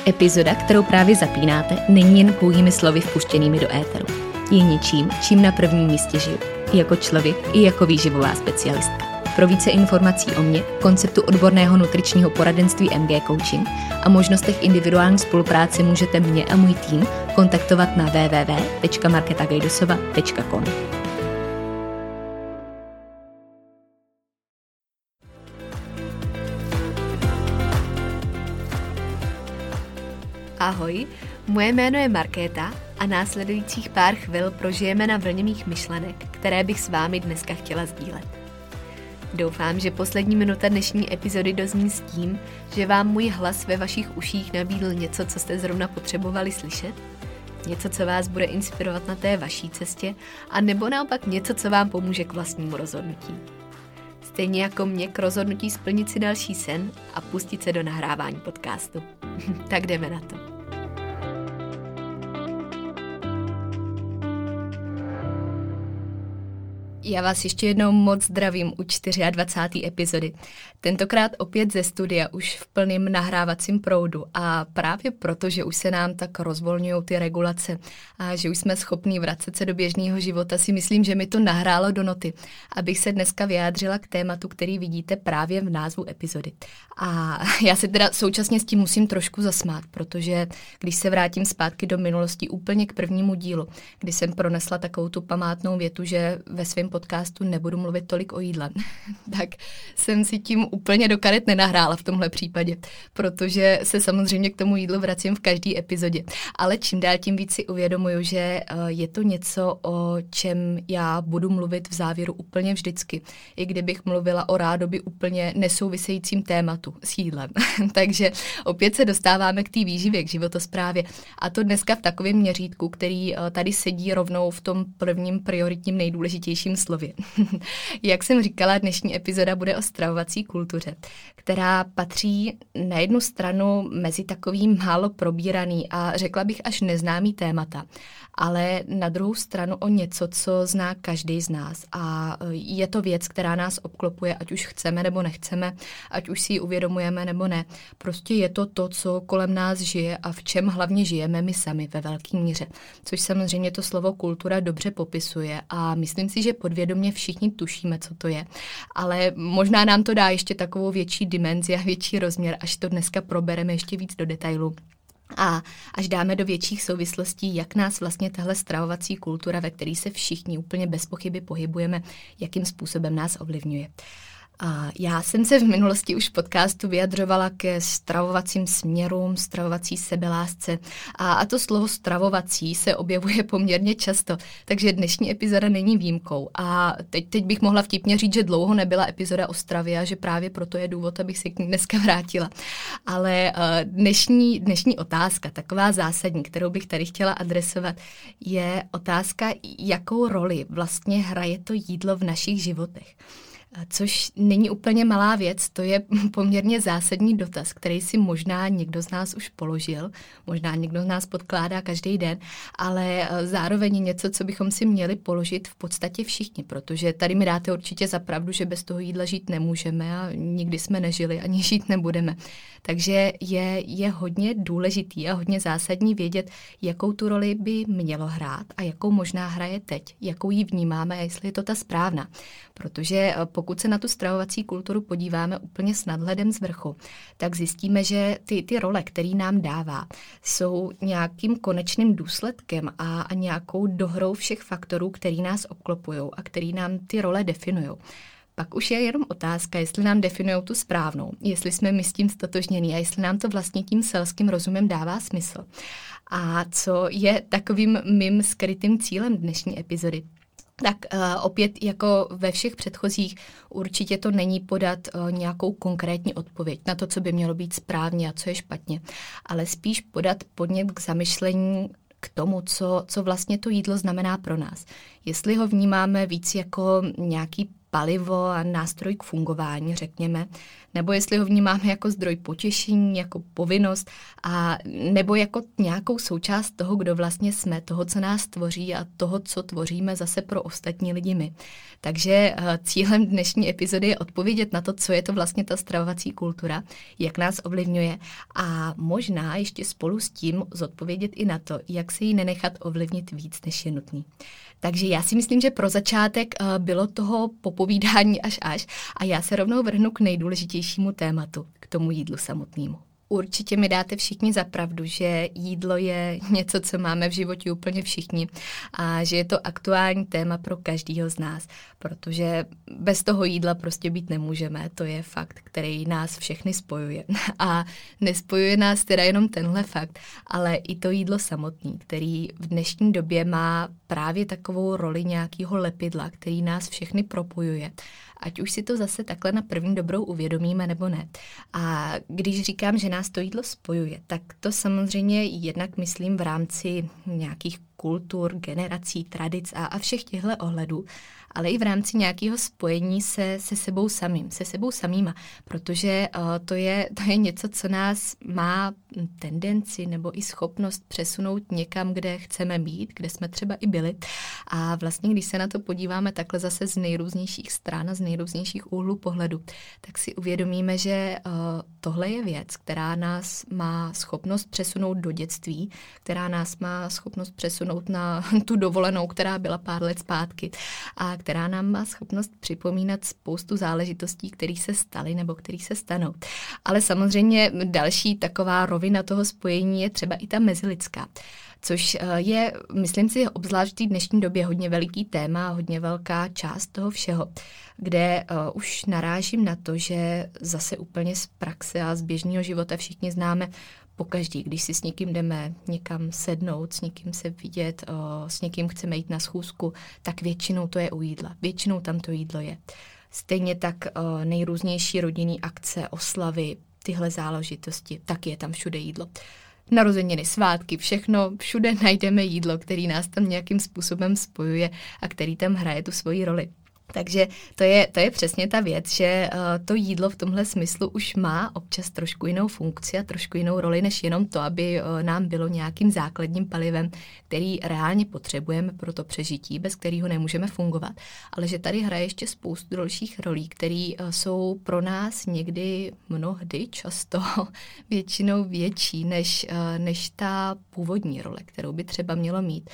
Epizoda, kterou právě zapínáte, není jen pouhými slovy vpuštěnými do éteru. Je něčím, čím na prvním místě žiju. I jako člověk, i jako výživová specialistka. Pro více informací o mně, konceptu odborného nutričního poradenství MG Coaching a možnostech individuální spolupráce můžete mě a můj tým kontaktovat na www.marketagajdosova.com. Ahoj, moje jméno je Markéta a následujících pár chvil prožijeme na vlně mých myšlenek, které bych s vámi dneska chtěla sdílet. Doufám, že poslední minuta dnešní epizody dozní s tím, že vám můj hlas ve vašich uších nabídl něco, co jste zrovna potřebovali slyšet, něco, co vás bude inspirovat na té vaší cestě, a nebo naopak něco, co vám pomůže k vlastnímu rozhodnutí. Stejně jako mě k rozhodnutí splnit si další sen a pustit se do nahrávání podcastu. Tak jdeme na to. Já vás ještě jednou moc zdravím u 24. epizody. Tentokrát opět ze studia, už v plném nahrávacím proudu, a právě proto, že už se nám tak rozvolňují ty regulace a že už jsme schopní vracet se do běžného života, si myslím, že mi to nahrálo do noty, abych se dneska vyjádřila k tématu, který vidíte právě v názvu epizody. A já se teda současně s tím musím trošku zasmát, protože když se vrátím zpátky do minulosti úplně k prvnímu dílu, kdy jsem pronesla takovou tu památnou větu, že ve svém podcastu nebudu mluvit tolik o jídle, tak jsem si tím úplně do karet nenahrála v tomhle případě, protože se samozřejmě k tomu jídlu vracím v každé epizodě. Ale čím dál tím víc si uvědomuju, že je to něco, o čem já budu mluvit v závěru úplně vždycky, i kdybych mluvila o rádoby úplně nesouvisejícím tématu s jídlem. Takže opět se dostáváme k té výživě, k životosprávě, a to dneska v takovém měřítku, který tady sedí rovnou v tom prvním prioritním nejdůležitějším slově. Jak jsem říkala, dnešní epizoda bude o stravovací kultuře, která patří na jednu stranu mezi takový málo probíraný a řekla bych až neznámý témata, ale na druhou stranu o něco, co zná každý z nás, a je to věc, která nás obklopuje, ať už chceme nebo nechceme, ať už si ji uvědomujeme nebo ne. Prostě je to to, co kolem nás žije a v čem hlavně žijeme my sami ve velké míře, což samozřejmě to slovo kultura dobře popisuje, a myslím si, že podvědomě všichni tušíme, co to je, ale možná nám to dá ještě takovou větší dimenzi a větší rozměr, až to dneska probereme ještě víc do detailu. A až dáme do větších souvislostí, jak nás vlastně tahle stravovací kultura, ve které se všichni úplně bez pochyby pohybujeme, jakým způsobem nás ovlivňuje. Já jsem se v minulosti už v podcastu vyjadřovala ke stravovacím směrům, stravovací sebelásce, a to slovo stravovací se objevuje poměrně často, takže dnešní epizoda není výjimkou. A teď bych mohla vtipně říct, že dlouho nebyla epizoda o stravě a že právě proto je důvod, abych se k ní dneska vrátila. Ale dnešní otázka, taková zásadní, kterou bych tady chtěla adresovat, je otázka, jakou roli vlastně hraje to jídlo v našich životech. Což není úplně malá věc, to je poměrně zásadní dotaz, který si možná někdo z nás už položil, možná někdo z nás podkládá každý den, ale zároveň něco, co bychom si měli položit v podstatě všichni, protože tady mi dáte určitě za pravdu, že bez toho jídla žít nemůžeme a nikdy jsme nežili, ani žít nebudeme. Takže je hodně důležitý a hodně zásadní vědět, jakou tu roli by mělo hrát a jakou možná hraje teď, jakou ji vnímáme a jestli je to ta správná. Protože pokud se na tu stravovací kulturu podíváme úplně s nadhledem z vrchu, tak zjistíme, že ty role, který nám dává, jsou nějakým konečným důsledkem a nějakou dohrou všech faktorů, který nás obklopují a který nám ty role definují. Pak už je jenom otázka, jestli nám definují tu správnou, jestli jsme my s tím stotožnění a jestli nám to vlastně tím selským rozumem dává smysl. A co je takovým mým skrytým cílem dnešní epizody? Tak opět jako ve všech předchozích určitě to není podat nějakou konkrétní odpověď na to, co by mělo být správně a co je špatně, ale spíš podat podnět k zamyšlení k tomu, co vlastně to jídlo znamená pro nás. Jestli ho vnímáme víc jako nějaký palivo a nástroj k fungování, řekněme, nebo jestli ho vnímáme jako zdroj potěšení, jako povinnost, a nebo jako nějakou součást toho, kdo vlastně jsme, toho, co nás tvoří a toho, co tvoříme zase pro ostatní lidi my. Takže cílem dnešní epizody je odpovědět na to, co je to vlastně ta stravovací kultura, jak nás ovlivňuje a možná ještě spolu s tím zodpovědět i na to, jak se jí nenechat ovlivnit víc, než je nutný. Takže já si myslím, že pro začátek bylo toho popovídání až a já se rovnou vrhnu k nejdůležitějšímu tématu, k tomu jídlu samotnému. Určitě mi dáte všichni za pravdu, že jídlo je něco, co máme v životě úplně všichni a že je to aktuální téma pro každýho z nás, protože bez toho jídla prostě být nemůžeme, to je fakt, který nás všechny spojuje. A nespojuje nás teda jenom tenhle fakt, ale i to jídlo samotný, který v dnešní době má právě takovou roli nějakého lepidla, který nás všechny propojuje. Ať už si to zase takhle na první dobrou uvědomíme nebo ne. A když říkám, že nás to jídlo spojuje, tak to samozřejmě jednak myslím v rámci nějakých kultur, generací, tradic a všech těchto ohledů, ale i v rámci nějakého spojení se sebou samým, se sebou samýma, protože to je něco, co nás má tendenci nebo i schopnost přesunout někam, kde chceme být, kde jsme třeba i byli. A vlastně, když se na to podíváme takhle zase z nejrůznějších stran a z nejrůznějších úhlů pohledu, tak si uvědomíme, že tohle je věc, která nás má schopnost přesunout do dětství, která nás má schopnost přesunout na tu dovolenou, která byla pár let zpátky a která nám má schopnost připomínat spoustu záležitostí, které se staly nebo které se stanou. Ale samozřejmě další taková rovina toho spojení je třeba i ta mezilidská, což je, myslím si, obzvlášť v dnešní době hodně veliký téma, hodně velká část toho všeho, kde už narážím na to, že zase úplně z praxe a z běžného života všichni známe pokaždý, když si s někým jdeme někam sednout, s někým se vidět, s někým chceme jít na schůzku, tak většinou to je u jídla. Většinou tam to jídlo je. Stejně tak nejrůznější rodinný akce, oslavy, tyhle záležitosti, tak je tam všude jídlo. Narozeniny, svátky, všechno, všude najdeme jídlo, který nás tam nějakým způsobem spojuje a který tam hraje tu svoji roli. Takže to je přesně ta věc, že to jídlo v tomhle smyslu už má občas trošku jinou funkci a trošku jinou roli, než jenom to, aby nám bylo nějakým základním palivem, který reálně potřebujeme pro to přežití, bez kterého nemůžeme fungovat. Ale že tady hraje ještě spoustu dalších rolí, které jsou pro nás někdy mnohdy často většinou větší než ta původní role, kterou by třeba mělo mít.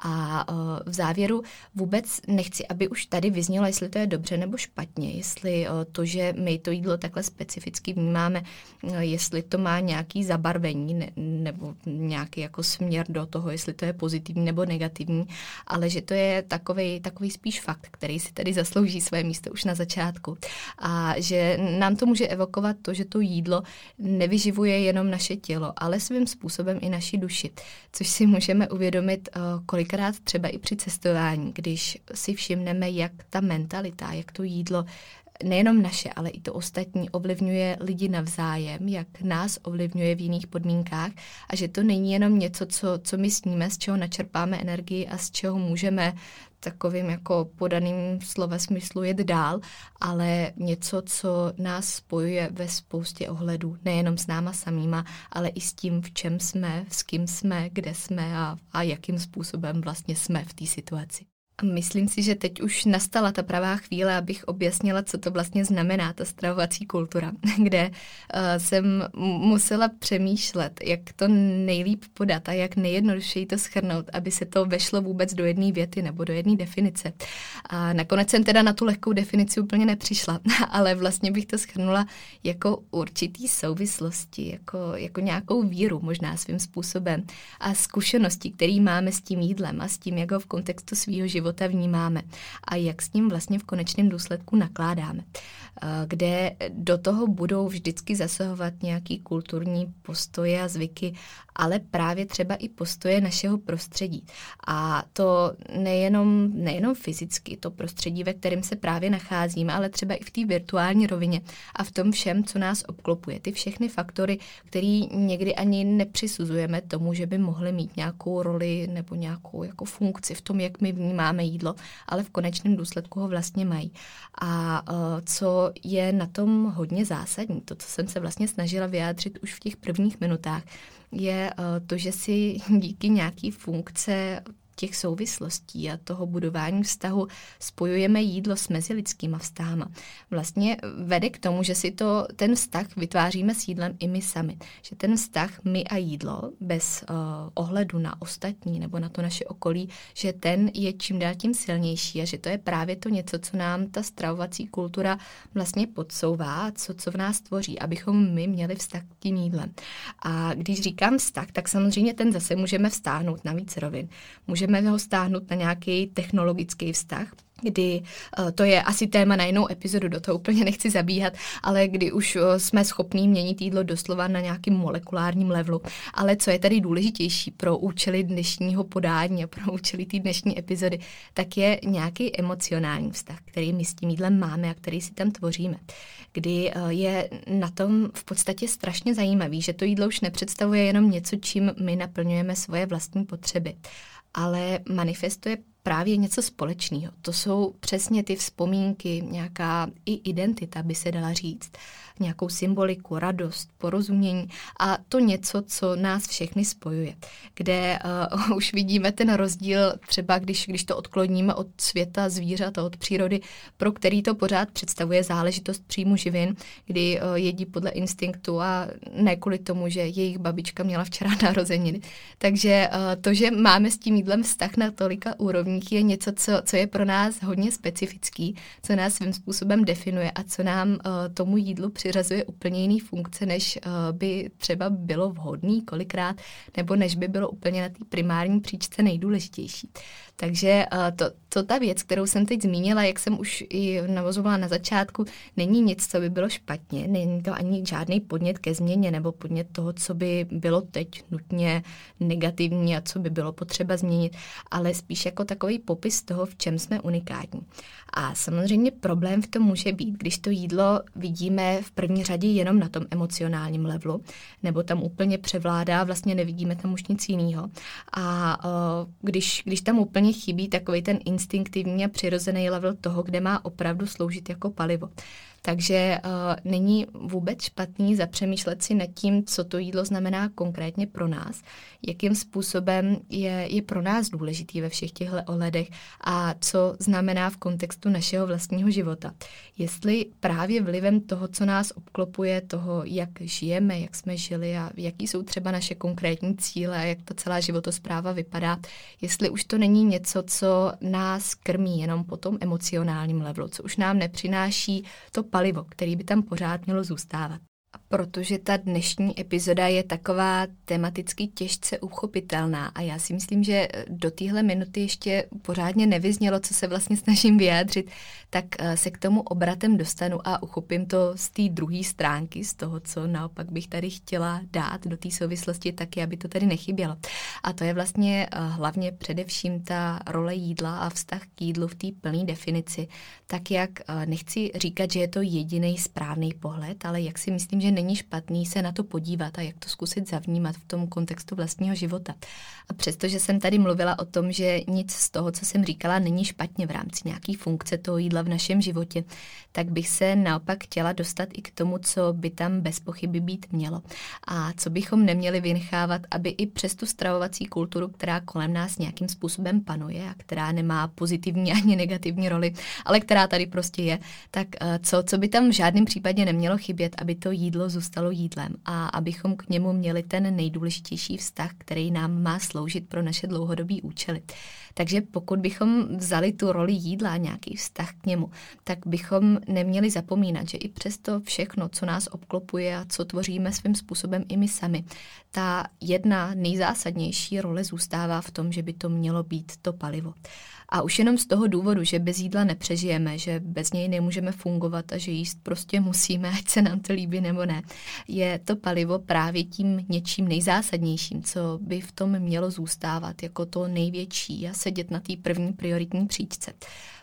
A v závěru vůbec nechci, aby už tady vyznělo, jestli to je dobře nebo špatně, jestli to, že my to jídlo takhle specificky vnímáme, jestli to má nějaký zabarvení nebo nějaký jako směr do toho, jestli to je pozitivní nebo negativní, ale že to je takový spíš fakt, který si tady zaslouží své místo už na začátku. A že nám to může evokovat to, že to jídlo nevyživuje jenom naše tělo, ale svým způsobem i naši duši, což si můžeme uvědomit kolikrát třeba i při cestování, když si všimneme, jak ta mentalita, jak to jídlo nejenom naše, ale i to ostatní ovlivňuje lidi navzájem, jak nás ovlivňuje v jiných podmínkách a že to není jenom něco, co my sníme, z čeho načerpáme energii a z čeho můžeme takovým jako podaným slova smyslu jet dál, ale něco, co nás spojuje ve spoustě ohledů, nejenom s náma samýma, ale i s tím, v čem jsme, s kým jsme, kde jsme a jakým způsobem vlastně jsme v té situaci. Myslím si, že teď už nastala ta pravá chvíle, abych objasnila, co to vlastně znamená, ta stravovací kultura, kde jsem musela přemýšlet, jak to nejlíp podat a jak nejjednodušeji to shrnout, aby se to vešlo vůbec do jedné věty nebo do jedné definice. A nakonec jsem teda na tu lehkou definici úplně nepřišla, ale vlastně bych to shrnula jako určitý souvislosti, jako nějakou víru možná svým způsobem a zkušenosti, které máme s tím jídlem a s tím, jak ho v kontextu svého života vnímáme a jak s ním vlastně v konečném důsledku nakládáme. Kde do toho budou vždycky zasahovat nějaký kulturní postoje a zvyky, ale právě třeba i postoje našeho prostředí. A to nejenom fyzicky, to prostředí, ve kterém se právě nacházíme, ale třeba i v té virtuální rovině a v tom všem, co nás obklopuje. Ty všechny faktory, které někdy ani nepřisuzujeme tomu, že by mohly mít nějakou roli nebo nějakou jako funkci v tom, jak my vnímáme nemáme jídlo, ale v konečném důsledku ho vlastně mají. A co je na tom hodně zásadní, to, co jsem se vlastně snažila vyjádřit už v těch prvních minutách, je to, že si díky nějaký funkce těch souvislostí a toho budování vztahu spojujeme jídlo s mezilidskýma vztahama. Vlastně vede k tomu, že si ten vztah vytváříme s jídlem i my sami. Že ten vztah my a jídlo bez ohledu na ostatní nebo na to naše okolí, že ten je čím dál tím silnější a že to je právě to něco, co nám ta stravovací kultura vlastně podsouvá, co v nás tvoří, abychom my měli vztah k tím jídlem. A když říkám vztah, tak samozřejmě ten zase můžeme vztáhnout na víc rovin. Můžeme ho stáhnout na nějaký technologický vztah, kdy to je asi téma na jinou epizodu, do toho úplně nechci zabíhat, ale kdy už jsme schopní měnit jídlo doslova na nějakým molekulárním levelu. Ale co je tady důležitější pro účely dnešního podání a pro účely té dnešní epizody, tak je nějaký emocionální vztah, který my s tím jídlem máme a který si tam tvoříme. Kdy je na tom v podstatě strašně zajímavý, že to jídlo už nepředstavuje jenom něco, čím my naplňujeme svoje vlastní potřeby, ale manifestuje právě něco společného. To jsou přesně ty vzpomínky, nějaká i identita, by se dala říct, nějakou symboliku, radost, porozumění a to něco, co nás všechny spojuje. Kde už vidíme ten rozdíl, třeba když to odkloníme od světa zvířat a od přírody, pro který to pořád představuje záležitost příjmu živin, kdy jedí podle instinktu a ne kvůli tomu, že jejich babička měla včera narozeniny. Takže to, že máme s tím jídlem vztah na tolika úrovních, je něco, co je pro nás hodně specifický, co nás svým způsobem definuje a co nám tomu jídlu přiřazuje úplně jiný funkce, než by třeba bylo vhodný kolikrát, nebo než by bylo úplně na té primární příčce nejdůležitější. Takže to ta věc, kterou jsem teď zmínila, jak jsem už i navozovala na začátku, není nic, co by bylo špatně, není to ani žádný podnět ke změně nebo podnět toho, co by bylo teď nutně negativní a co by bylo potřeba změnit, ale spíš jako takový popis toho, v čem jsme unikátní. A samozřejmě problém v tom může být, když to jídlo vidíme v první řadě jenom na tom emocionálním levelu, nebo tam úplně převládá, vlastně nevidíme tam už nic jiného. A když tam úplně chybí takový ten instinktivní a přirozený level toho, kde má opravdu sloužit jako palivo. Takže není vůbec špatný zapřemýšlet si nad tím, co to jídlo znamená konkrétně pro nás, jakým způsobem je pro nás důležitý ve všech těchto ohledech a co znamená v kontextu našeho vlastního života. Jestli právě vlivem toho, co nás obklopuje, toho, jak žijeme, jak jsme žili a jaký jsou třeba naše konkrétní cíle a jak ta celá životospráva vypadá, jestli už to není něco, co nás krmí jenom po tom emocionálním levelu, co už nám nepřináší to palivo, který by tam pořád mělo zůstávat. A protože ta dnešní epizoda je taková tematicky těžce uchopitelná a já si myslím, že do téhle minuty ještě pořádně nevyznělo, co se vlastně snažím vyjádřit, tak se k tomu obratem dostanu a uchopím to z té druhé stránky, z toho, co naopak bych tady chtěla dát do té souvislosti taky, aby to tady nechybělo. A to je vlastně hlavně především ta role jídla a vztah k jídlu v té plné definici. Tak jak nechci říkat, že je to jediný správný pohled, ale jak si myslím, že není špatný se na to podívat a jak to zkusit zavnímat v tom kontextu vlastního života. A přestože jsem tady mluvila o tom, že nic z toho, co jsem říkala, není špatně v rámci nějaký funkce toho jídla v našem životě, tak bych se naopak chtěla dostat i k tomu, co by tam bez pochyby být mělo. A co bychom neměli vynechávat, aby i přes tu stravovací kulturu, která kolem nás nějakým způsobem panuje a která nemá pozitivní ani negativní roli, ale která tady prostě je, tak co by tam v žádném případě nemělo chybět, aby to jídlo zůstalo jídlem a abychom k němu měli ten nejdůležitější vztah, který nám má sloužit pro naše dlouhodobé účely. Takže pokud bychom vzali tu roli jídla a nějaký vztah k němu, tak bychom neměli zapomínat, že i přesto všechno, co nás obklopuje a co tvoříme svým způsobem i my sami, ta jedna nejzásadnější role zůstává v tom, že by to mělo být to palivo. A už jenom z toho důvodu, že bez jídla nepřežijeme, že bez něj nemůžeme fungovat a že jíst prostě musíme, ať se nám to líbí nebo ne, je to palivo právě tím něčím nejzásadnějším, co by v tom mělo zůstávat jako to největší a sedět na té první prioritní příčce.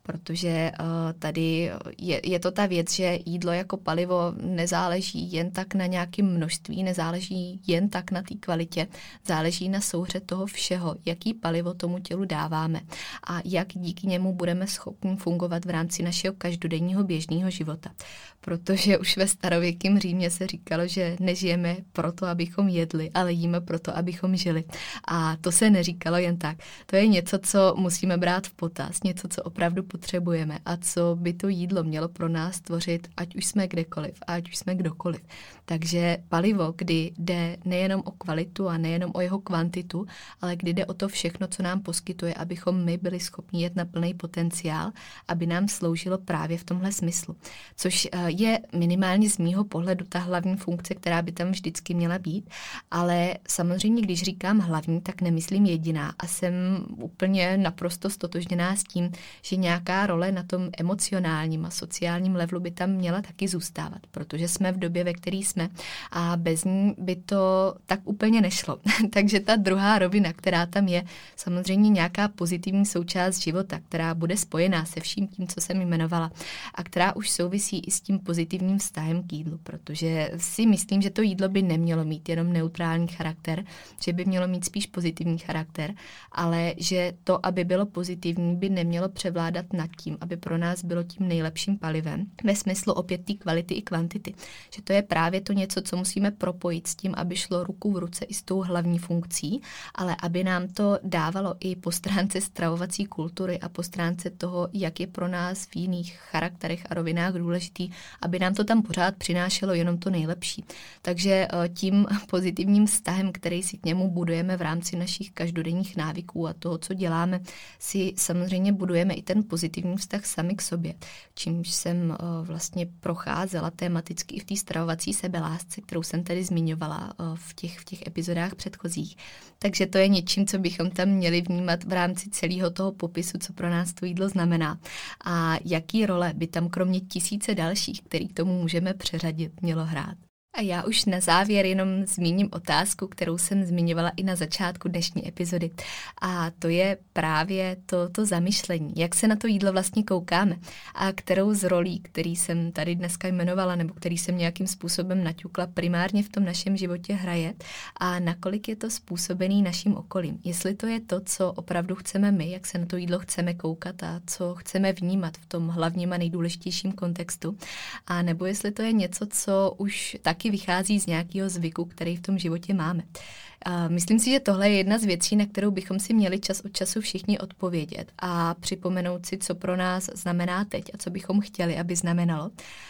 protože tady je to ta věc, že jídlo jako palivo nezáleží jen tak na nějakém množství, nezáleží jen tak na té kvalitě, záleží na souhře toho všeho, jaký palivo tomu tělu dáváme a jak díky němu budeme schopni fungovat v rámci našeho každodenního běžného života. Protože už ve starověkém Římě se říkalo, že nežijeme proto, abychom jedli, ale jíme proto, abychom žili. A to se neříkalo jen tak. To je něco, co musíme brát v potaz, něco, co opravdu potřebujeme a co by to jídlo mělo pro nás tvořit, ať už jsme kdekoliv a ať už jsme kdokoliv. Takže palivo, kdy jde nejenom o kvalitu a nejenom o jeho kvantitu, ale kdy jde o to všechno, co nám poskytuje, abychom my byli schopni jet na plný potenciál, aby nám sloužilo právě v tomhle smyslu. Což je minimálně z mýho pohledu ta hlavní funkce, která by tam vždycky měla být, ale samozřejmě, když říkám hlavní, tak nemyslím jediná a jsem úplně naprosto stotožněná s tím, že nějaká role na tom emocionálním a sociálním levelu by tam měla taky zůstávat, protože jsme v době, ve které jsme a bez ní by to tak úplně nešlo. Takže ta druhá rovina, která tam je, samozřejmě nějaká pozitivní součást života, která bude spojená se vším tím, co jsem jmenovala a která už souvisí i s tím pozitivním vztahem k jídlu, protože si myslím, že to jídlo by nemělo mít jenom neutrální charakter, že by mělo mít spíš pozitivní charakter, ale že to, aby bylo pozitivní, by nemělo převládat nad tím, aby pro nás bylo tím nejlepším palivem, ve smyslu opět té kvality i kvantity. Že to je právě to něco, co musíme propojit s tím, aby šlo ruku v ruce i s tou hlavní funkcí, ale aby nám to dávalo i po stránce stravovací kultury a po stránce toho, jak je pro nás v jiných charakterech a rovinách důležitý, aby nám to tam pořád přinášelo jenom to nejlepší. Takže tím pozitivním vztahem, který si k němu budujeme v rámci našich každodenních návyků a toho, co děláme, si samozřejmě budujeme i ten pozitivní vztah sami k sobě, čímž jsem vlastně procházela tematicky i v té stravovací sebelásce, kterou jsem tady zmiňovala v těch epizodách předchozích. Takže to je něčím, co bychom tam měli vnímat v rámci celého toho popisu, co pro nás to jídlo znamená a jaký role by tam kromě tisíce dalších, který k tomu můžeme přeřadit, mělo hrát. A já už na závěr jenom zmíním otázku, kterou jsem zmiňovala i na začátku dnešní epizody. A to je právě to zamyšlení, jak se na to jídlo vlastně koukáme a kterou z rolí, který jsem tady dneska jmenovala nebo který jsem nějakým způsobem naťukla, primárně v tom našem životě hraje a nakolik je to způsobený naším okolím. Jestli to je to, co opravdu chceme my, jak se na to jídlo chceme koukat a co chceme vnímat v tom hlavním a nejdůležitějším kontextu, a nebo jestli to je něco, co už taky vychází z nějakého zvyku, který v tom životě máme. Myslím si, že tohle je jedna z věcí, na kterou bychom si měli čas od času všichni odpovědět a připomenout si, co pro nás znamená teď a co bychom chtěli, aby znamenalo.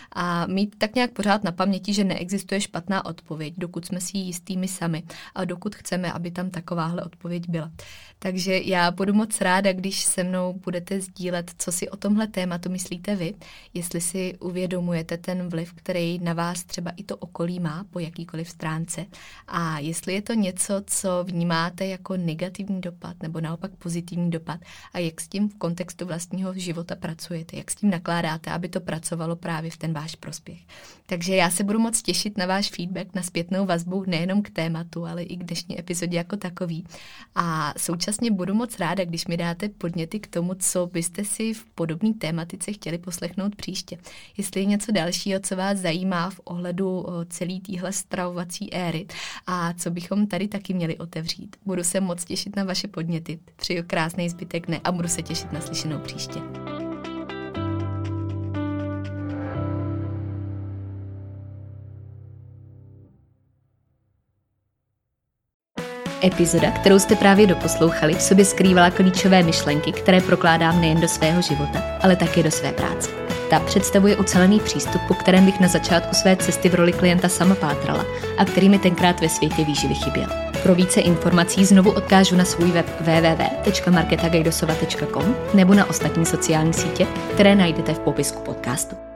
A mít tak nějak pořád na paměti, že neexistuje špatná odpověď, dokud jsme si jistými sami a dokud chceme, aby tam takováhle odpověď byla. Takže já budu moc ráda, když se mnou budete sdílet, co si o tomhle tématu myslíte vy, jestli si uvědomujete ten vliv, který na vás třeba i to okolí má po jakýkoliv stránce a jestli je to něco, co vnímáte jako negativní dopad nebo naopak pozitivní dopad a jak s tím v kontextu vlastního života pracujete, jak s tím nakládáte, aby to pracovalo právě v ten váš prospěch. Takže já se budu moc těšit na váš feedback, na zpětnou vazbu nejenom k tématu, ale i k dnešní epizodě jako takový. A současně budu moc ráda, když mi dáte podněty k tomu, co byste si v podobné tématice chtěli poslechnout příště. Jestli je něco dalšího, co vás zajímá v ohledu celé téhle stravovací éry a co bychom tady taky měli otevřít. Budu se moc těšit na vaše podněty. Přeju krásný zbytek dne a budu se těšit na slyšenou příště. Epizoda, kterou jste právě doposlouchali, v sobě skrývala klíčové myšlenky, které prokládám nejen do svého života, ale také do své práce. Ta představuje ucelený přístup, po kterém bych na začátku své cesty v roli klienta sama pátrala a který mi tenkrát ve světě výživy chyběl. Pro více informací znovu odkážu na svůj web www.marketagajdosova.com nebo na ostatní sociální sítě, které najdete v popisku podcastu.